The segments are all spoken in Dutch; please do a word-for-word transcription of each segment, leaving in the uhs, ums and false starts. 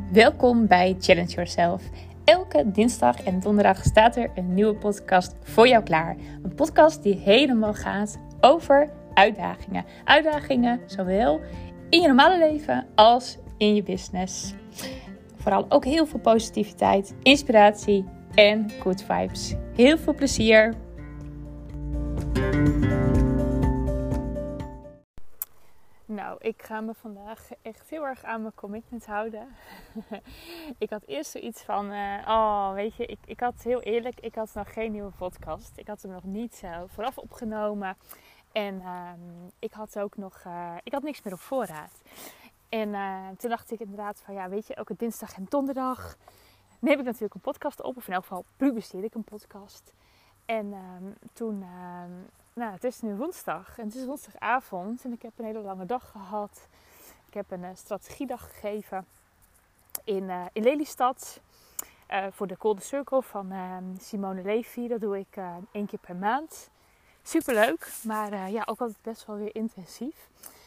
Welkom bij Challenge Yourself. Elke dinsdag en donderdag staat er een nieuwe podcast voor jou klaar. Een podcast die helemaal gaat over uitdagingen. Uitdagingen zowel in je normale leven als in je business. Vooral ook heel veel positiviteit, inspiratie en good vibes. Heel veel plezier! Nou, ik ga me vandaag echt heel erg aan mijn commitment houden. Ik had eerst zoiets van, uh, oh weet je, ik, ik had heel eerlijk, ik had nog geen nieuwe podcast. Ik had hem nog niet uh, vooraf opgenomen. En uh, ik had ook nog, uh, ik had niks meer op voorraad. En uh, toen dacht ik inderdaad van, ja weet je, elke dinsdag en donderdag neem ik natuurlijk een podcast op. Of in elk geval publiceer ik een podcast. En uh, toen... Uh, Nou, het is nu woensdag en het is woensdagavond en ik heb een hele lange dag gehad. Ik heb een uh, strategiedag gegeven in, uh, in Lelystad uh, voor de Golden Circle van uh, Simone Levy. Dat doe ik uh, één keer per maand. Superleuk, maar uh, ja, ook altijd best wel weer intensief.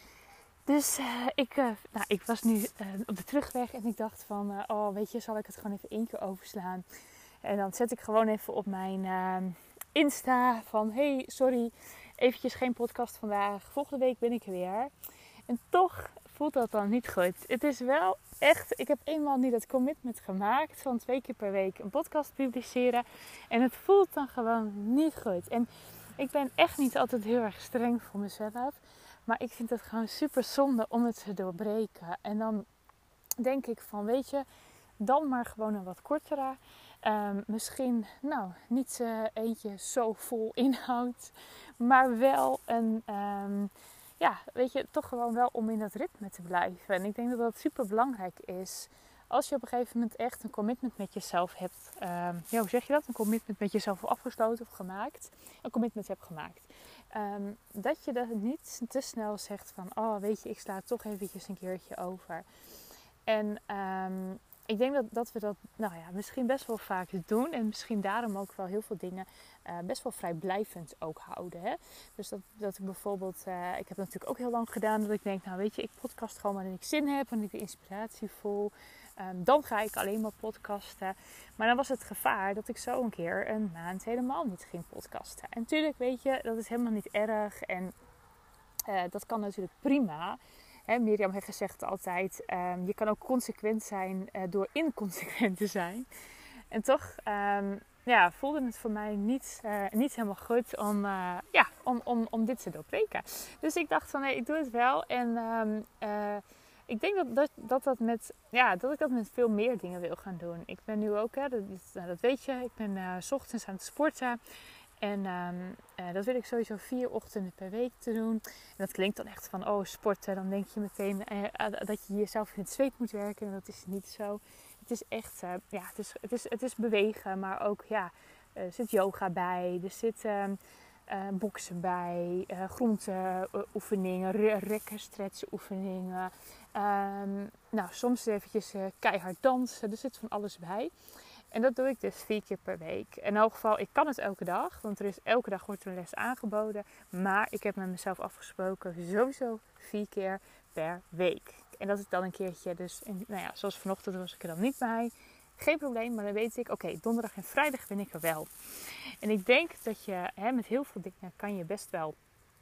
Dus uh, ik, uh, nou, ik was nu uh, op de terugweg en ik dacht van, uh, oh weet je, zal ik het gewoon even één keer overslaan. En dan zet ik gewoon even op mijn... Uh, Insta van hey, sorry, eventjes geen podcast vandaag. Volgende week ben ik er weer. En toch voelt dat dan niet goed. Het is wel echt, ik heb eenmaal nu dat commitment gemaakt van twee keer per week een podcast publiceren. En het voelt dan gewoon niet goed. En ik ben echt niet altijd heel erg streng voor mezelf. Maar ik vind het gewoon super zonde om het te doorbreken. En dan denk ik van, weet je, dan maar gewoon een wat kortere. Um, misschien, nou, niet uh, eentje zo vol inhoud, maar wel een, um, ja, weet je, toch gewoon wel om in dat ritme te blijven. En ik denk dat dat super belangrijk is. Als je op een gegeven moment echt een commitment met jezelf hebt, um, ja, hoe zeg je dat? Een commitment met jezelf afgesloten of gemaakt. Een commitment hebt gemaakt. Um, dat je dat niet te snel zegt van, oh, weet je, ik sla het toch eventjes een keertje over. En... Um, Ik denk dat, dat we dat nou ja, misschien best wel vaak doen. En misschien daarom ook wel heel veel dingen uh, best wel vrijblijvend ook houden. Hè? Dus dat, dat ik bijvoorbeeld... Uh, ik heb het natuurlijk ook heel lang gedaan. Dat ik denk, nou weet je, ik podcast gewoon wanneer ik zin heb. Wanneer ik de inspiratie voel. Um, dan ga ik alleen maar podcasten. Maar dan was het gevaar dat ik zo een keer een maand helemaal niet ging podcasten. En natuurlijk, weet je, dat is helemaal niet erg. En uh, dat kan natuurlijk prima. He, Mirjam heeft gezegd altijd, um, je kan ook consequent zijn uh, door inconsequent te zijn. En toch um, ja, voelde het voor mij niet, uh, niet helemaal goed om, uh, ja, om, om, om dit te doorbreken. Dus ik dacht van, nee, ik doe het wel. En um, uh, ik denk dat, dat, dat, dat, met, ja, dat ik dat met veel meer dingen wil gaan doen. Ik ben nu ook, hè, dat, nou, dat weet je, ik ben uh, 's ochtends aan het sporten. En um, uh, dat wil ik sowieso vier ochtenden per week te doen. En dat klinkt dan echt van, oh sporten, dan denk je meteen uh, dat je jezelf in het zweet moet werken. En dat is niet zo. Het is echt, uh, ja, het is, het, is, het is bewegen, maar ook, ja, uh, er zit yoga bij. Er zit uh, uh, boksen bij, uh, grondoefeningen, rekken, stretchen oefeningen. Um, nou, soms eventjes uh, keihard dansen, er zit van alles bij. En dat doe ik dus vier keer per week. In elk geval, ik kan het elke dag. Want er is elke dag wordt er een les aangeboden. Maar ik heb met mezelf afgesproken sowieso vier keer per week. En dat is dan een keertje. Dus, in, nou ja, zoals vanochtend was ik er dan niet bij. Geen probleem, maar dan weet ik, oké, okay, donderdag en vrijdag ben ik er wel. En ik denk dat je hè, met heel veel dingen kan je best wel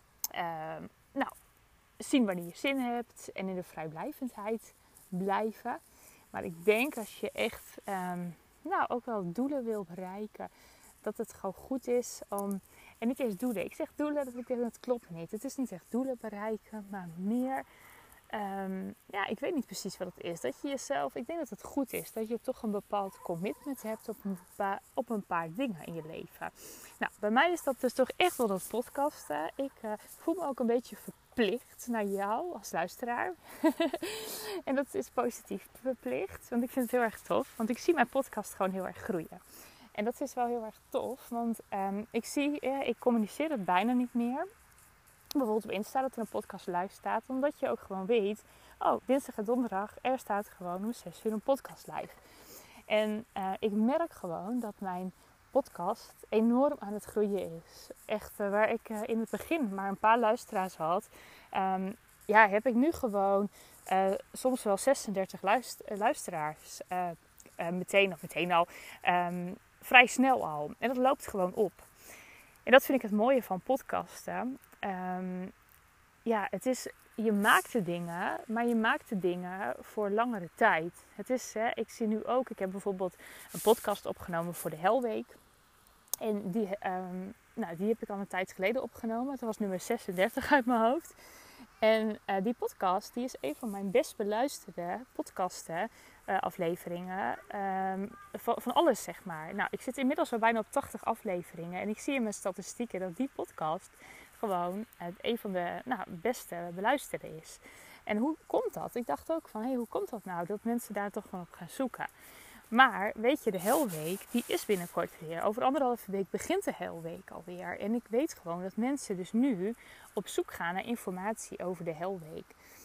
uh, nou, zien wanneer je zin hebt. En in de vrijblijvendheid blijven. Maar ik denk als je echt... Um, nou, ook wel doelen wil bereiken. Dat het gewoon goed is om... En niet eens doelen. Ik zeg doelen, dat, dat klopt niet. Het is niet echt doelen bereiken, maar meer... Um, ja, ik weet niet precies wat het is. Dat je jezelf... Ik denk dat het goed is. Dat je toch een bepaald commitment hebt op een paar, op een paar dingen in je leven. Nou, bij mij is dat dus toch echt wel dat podcasten. Ik uh, voel me ook een beetje verplicht naar jou als luisteraar. En dat is positief verplicht. Want ik vind het heel erg tof. Want ik zie mijn podcast gewoon heel erg groeien. En dat is wel heel erg tof. Want um, ik zie... Eh, ik communiceer het bijna niet meer. Bijvoorbeeld op Insta dat er een podcast live staat. Omdat je ook gewoon weet. Oh, dinsdag en donderdag. Er staat gewoon om zes uur een podcast live. En uh, ik merk gewoon dat mijn podcast enorm aan het groeien is. Echt uh, waar ik uh, in het begin maar een paar luisteraars had. Um, ja, heb ik nu gewoon uh, soms wel zesendertig luister, luisteraars. Uh, uh, meteen of meteen al. Um, vrij snel al. En dat loopt gewoon op. En dat vind ik het mooie van podcasten. Um, ja, het is, je maakt de dingen, maar je maakt de dingen voor langere tijd. Het is, hè, ik zie nu ook, ik heb bijvoorbeeld een podcast opgenomen voor de Helweek. En die, um, nou, die heb ik al een tijd geleden opgenomen. Het was nummer zesendertig uit mijn hoofd. En uh, die podcast, die is een van mijn best beluisterde podcasten, uh, afleveringen. Um, van, van alles, zeg maar. Nou, ik zit inmiddels al bijna op tachtig afleveringen. En ik zie in mijn statistieken dat die podcast gewoon uh, een van de nou, beste beluisterde is. En hoe komt dat? Ik dacht ook van, hé, hey, hoe komt dat nou? Dat mensen daar toch gewoon op gaan zoeken. Maar weet je, de Helweek, die is binnenkort weer. Over anderhalve week begint de Helweek alweer. En ik weet gewoon dat mensen dus nu op zoek gaan naar informatie over de Helweek.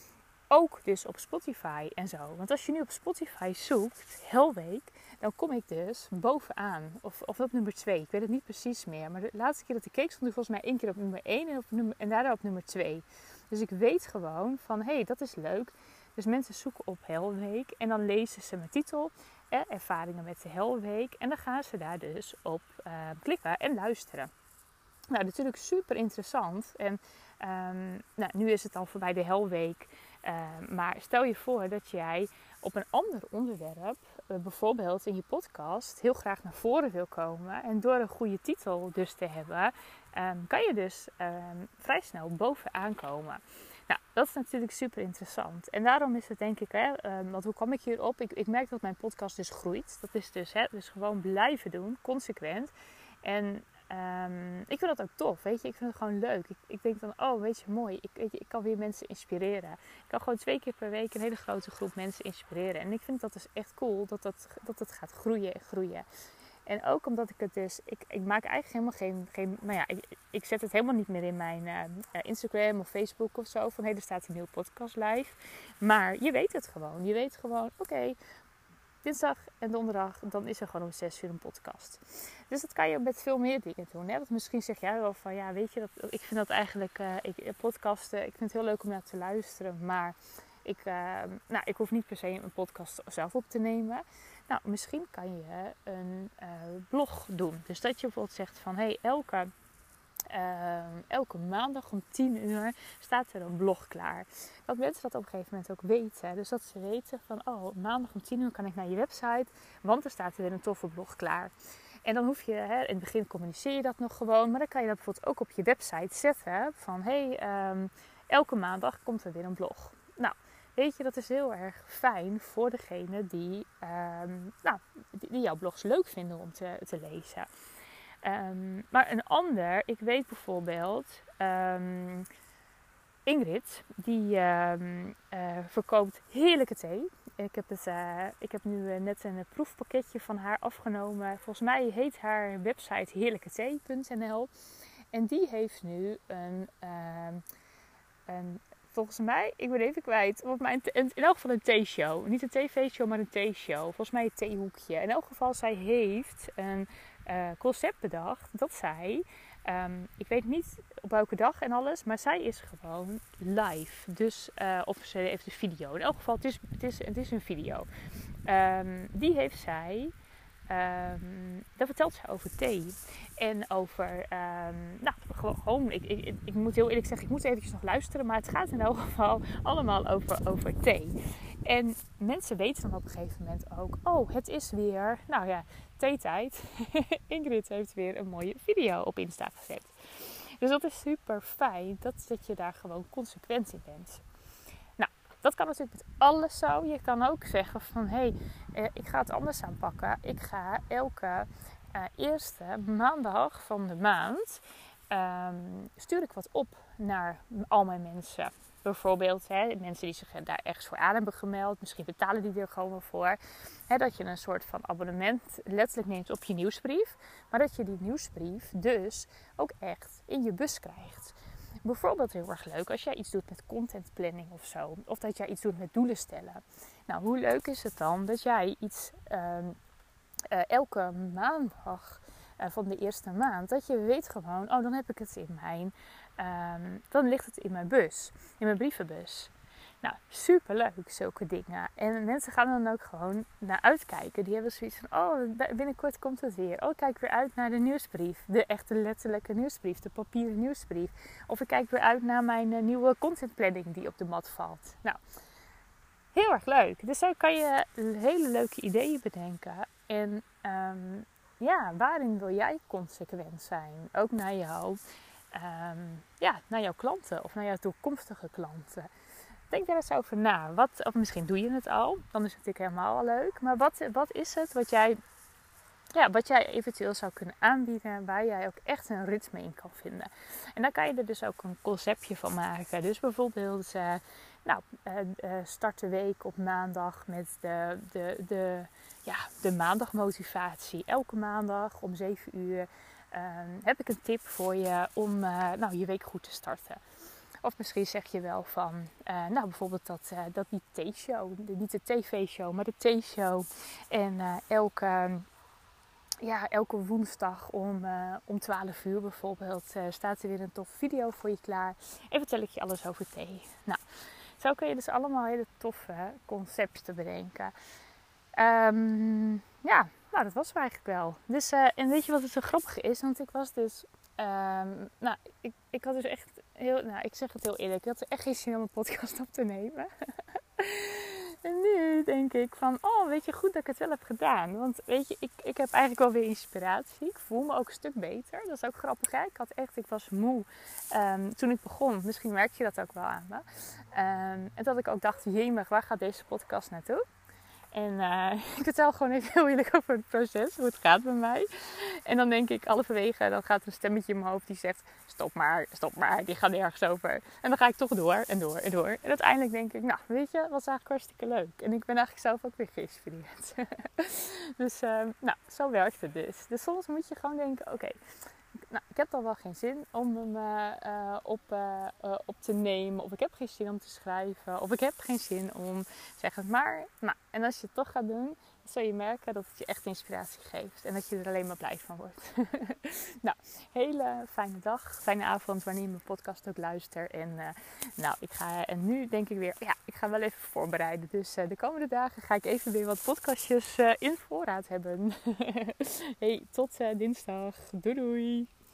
Ook dus op Spotify en zo. Want als je nu op Spotify zoekt, Helweek, dan kom ik dus bovenaan. Of, of op nummer twee, ik weet het niet precies meer. Maar de laatste keer dat ik keek, stond ik volgens mij één keer op nummer één en, op nummer, en daarna op nummer twee. Dus ik weet gewoon van, hé, hey, dat is leuk. Dus mensen zoeken op Helweek en dan lezen ze mijn titel, eh, ervaringen met de Helweek. En dan gaan ze daar dus op uh, klikken en luisteren. Nou, natuurlijk super interessant. En um, nou, nu is het al voorbij de Helweek. Uh, maar stel je voor dat jij op een ander onderwerp, uh, bijvoorbeeld in je podcast, heel graag naar voren wil komen. En door een goede titel dus te hebben, um, kan je dus um, vrij snel bovenaan komen. Nou, dat is natuurlijk super interessant. En daarom is het denk ik, hè, um, want hoe kwam ik hierop? Ik, ik merk dat mijn podcast dus groeit. Dat is dus, hè, dus gewoon blijven doen, consequent. En um, ik vind dat ook tof, weet je. Ik vind het gewoon leuk. Ik, ik denk dan, oh, weet je, mooi. Ik, weet je, ik kan weer mensen inspireren. Ik kan gewoon twee keer per week een hele grote groep mensen inspireren. En ik vind dat dus echt cool, dat dat, dat het gaat groeien en groeien. En ook omdat ik het dus, ik, ik maak eigenlijk helemaal geen, geen nou ja, ik, ik zet het helemaal niet meer in mijn uh, Instagram of Facebook of zo. Van hé, er staat een nieuwe podcast live. Maar je weet het gewoon. Je weet gewoon, oké, okay, dinsdag en donderdag, dan is er gewoon om zes uur een podcast. Dus dat kan je met veel meer dingen doen. Hè? Want misschien zeg jij wel van, ja, weet je, dat, ik vind dat eigenlijk, uh, ik, podcasten, ik vind het heel leuk om naar te luisteren. Maar ik, uh, nou, ik hoef niet per se een podcast zelf op te nemen. Nou, misschien kan je een uh, blog doen. Dus dat je bijvoorbeeld zegt van, hé, hey, elke, uh, elke maandag om tien uur staat er een blog klaar. Dat mensen dat op een gegeven moment ook weten. Dus dat ze weten van, oh, maandag om tien uur kan ik naar je website, want er staat er weer een toffe blog klaar. En dan hoef je, hè, in het begin communiceer je dat nog gewoon, maar dan kan je dat bijvoorbeeld ook op je website zetten. Van, hé, hey, um, elke maandag komt er weer een blog. Nou, weet je, dat is heel erg fijn voor degene die, um, nou, die, die jouw blogs leuk vinden om te, te lezen. Um, maar een ander, ik weet bijvoorbeeld, um, Ingrid, die um, uh, verkoopt heerlijke thee. Ik heb, het, uh, ik heb nu uh, net een proefpakketje van haar afgenomen. Volgens mij heet haar website heerlijkethee punt n l. En die heeft nu een... Uh, een volgens mij, ik ben even kwijt, volgens mij een, in elk geval een theeshow. Niet een tv-show, maar een theeshow. Volgens mij een theehoekje. In elk geval, zij heeft een uh, concept bedacht dat zij, um, ik weet niet op welke dag en alles, maar zij is gewoon live. Dus, uh, of ze heeft een video. In elk geval, het is, het is, het is een video. Um, die heeft zij... Um, daar vertelt ze over thee. En over, um, nou, gewoon, gewoon ik, ik, ik moet heel eerlijk zeggen, ik moet eventjes nog luisteren. Maar het gaat in elk geval allemaal over, over thee. En mensen weten dan op een gegeven moment ook, oh, het is weer, nou ja, theetijd. Ingrid heeft weer een mooie video op Insta gezet. Dus dat is super fijn, dat, dat je daar gewoon consequent in bent. Dat kan natuurlijk met alles zo. Je kan ook zeggen van, hé, hey, eh, ik ga het anders aanpakken. Ik ga elke uh, eerste maandag van de maand, um, stuur ik wat op naar al mijn mensen. Bijvoorbeeld hè, mensen die zich daar ergens voor aan hebben gemeld. Misschien betalen die er gewoon wel voor. Hè, dat je een soort van abonnement letterlijk neemt op je nieuwsbrief. Maar dat je die nieuwsbrief dus ook echt in je bus krijgt. Bijvoorbeeld heel erg leuk als jij iets doet met content planning of zo. Of dat jij iets doet met doelen stellen. Nou, hoe leuk is het dan dat jij iets uh, uh, elke maandag uh, van de eerste maand. Dat je weet gewoon, oh dan heb ik het in mijn um, dan ligt het in mijn bus, in mijn brievenbus. Nou, superleuk, zulke dingen. En mensen gaan er dan ook gewoon naar uitkijken. Die hebben zoiets van, oh, binnenkort komt het weer. Oh, ik kijk weer uit naar de nieuwsbrief. De echte letterlijke nieuwsbrief, de papieren nieuwsbrief. Of ik kijk weer uit naar mijn uh, nieuwe contentplanning die op de mat valt. Nou, heel erg leuk. Dus zo kan je hele leuke ideeën bedenken. En um, ja, waarin wil jij consequent zijn? Ook naar jou, um, ja, naar jouw klanten of naar jouw toekomstige klanten. Denk daar eens over na. Wat, of misschien doe je het al. Dan is het natuurlijk helemaal al leuk. Maar wat, wat is het wat jij, ja, wat jij eventueel zou kunnen aanbieden. Waar jij ook echt een ritme in kan vinden. En dan kan je er dus ook een conceptje van maken. Dus bijvoorbeeld uh, nou, uh, uh, start de week op maandag met de, de, de, ja, de maandagmotivatie. Elke maandag om zeven uur uh, heb ik een tip voor je om uh, nou, je week goed te starten. Of misschien zeg je wel van, uh, nou bijvoorbeeld dat, uh, dat die theeshow, niet de tv-show, maar de theeshow. En uh, elke, ja, elke woensdag om, uh, om twaalf uur bijvoorbeeld uh, staat er weer een tof video voor je klaar. En vertel ik je alles over thee. Nou, zo kun je dus allemaal hele toffe concepten bedenken. Um, ja, nou dat was het eigenlijk wel. Dus, uh, en weet je wat het zo grappig is? Want ik was dus... Um, nou, ik, ik had dus echt heel, nou, ik zeg het heel eerlijk, ik had er echt geen zin om een podcast op te nemen. En nu denk ik van, oh, weet je, goed dat ik het wel heb gedaan. Want weet je, ik, ik heb eigenlijk wel weer inspiratie. Ik voel me ook een stuk beter. Dat is ook grappig, hè? Ik had echt, ik was moe um, toen ik begon. Misschien merk je dat ook wel aan me. Um, en dat ik ook dacht, jemig, waar gaat deze podcast naartoe? En uh, ik vertel gewoon even heel eerlijk over het proces, hoe het gaat bij mij. En dan denk ik, halverwege, dan gaat er een stemmetje in mijn hoofd die zegt, stop maar, stop maar, die gaat nergens over. En dan ga ik toch door en door en door. En uiteindelijk denk ik, nou weet je, was eigenlijk hartstikke leuk. En ik ben eigenlijk zelf ook weer geïnspireerd. Dus uh, nou, zo werkt het dus. Dus soms moet je gewoon denken, oké, okay, nou, ik heb dan wel geen zin om hem uh, uh, op, uh, uh, op te nemen. Of ik heb geen zin om te schrijven. Of ik heb geen zin om, zeg het maar. Nou, en als je het toch gaat doen, dan zul je merken dat het je echt inspiratie geeft. En dat je er alleen maar blij van wordt. Nou, hele fijne dag, fijne avond wanneer je mijn podcast ook luistert. En uh, nou, ik ga, en nu denk ik weer, ja, ik ga wel even voorbereiden. Dus uh, de komende dagen ga ik even weer wat podcastjes uh, in voorraad hebben. Hey, tot uh, dinsdag. Doei doei.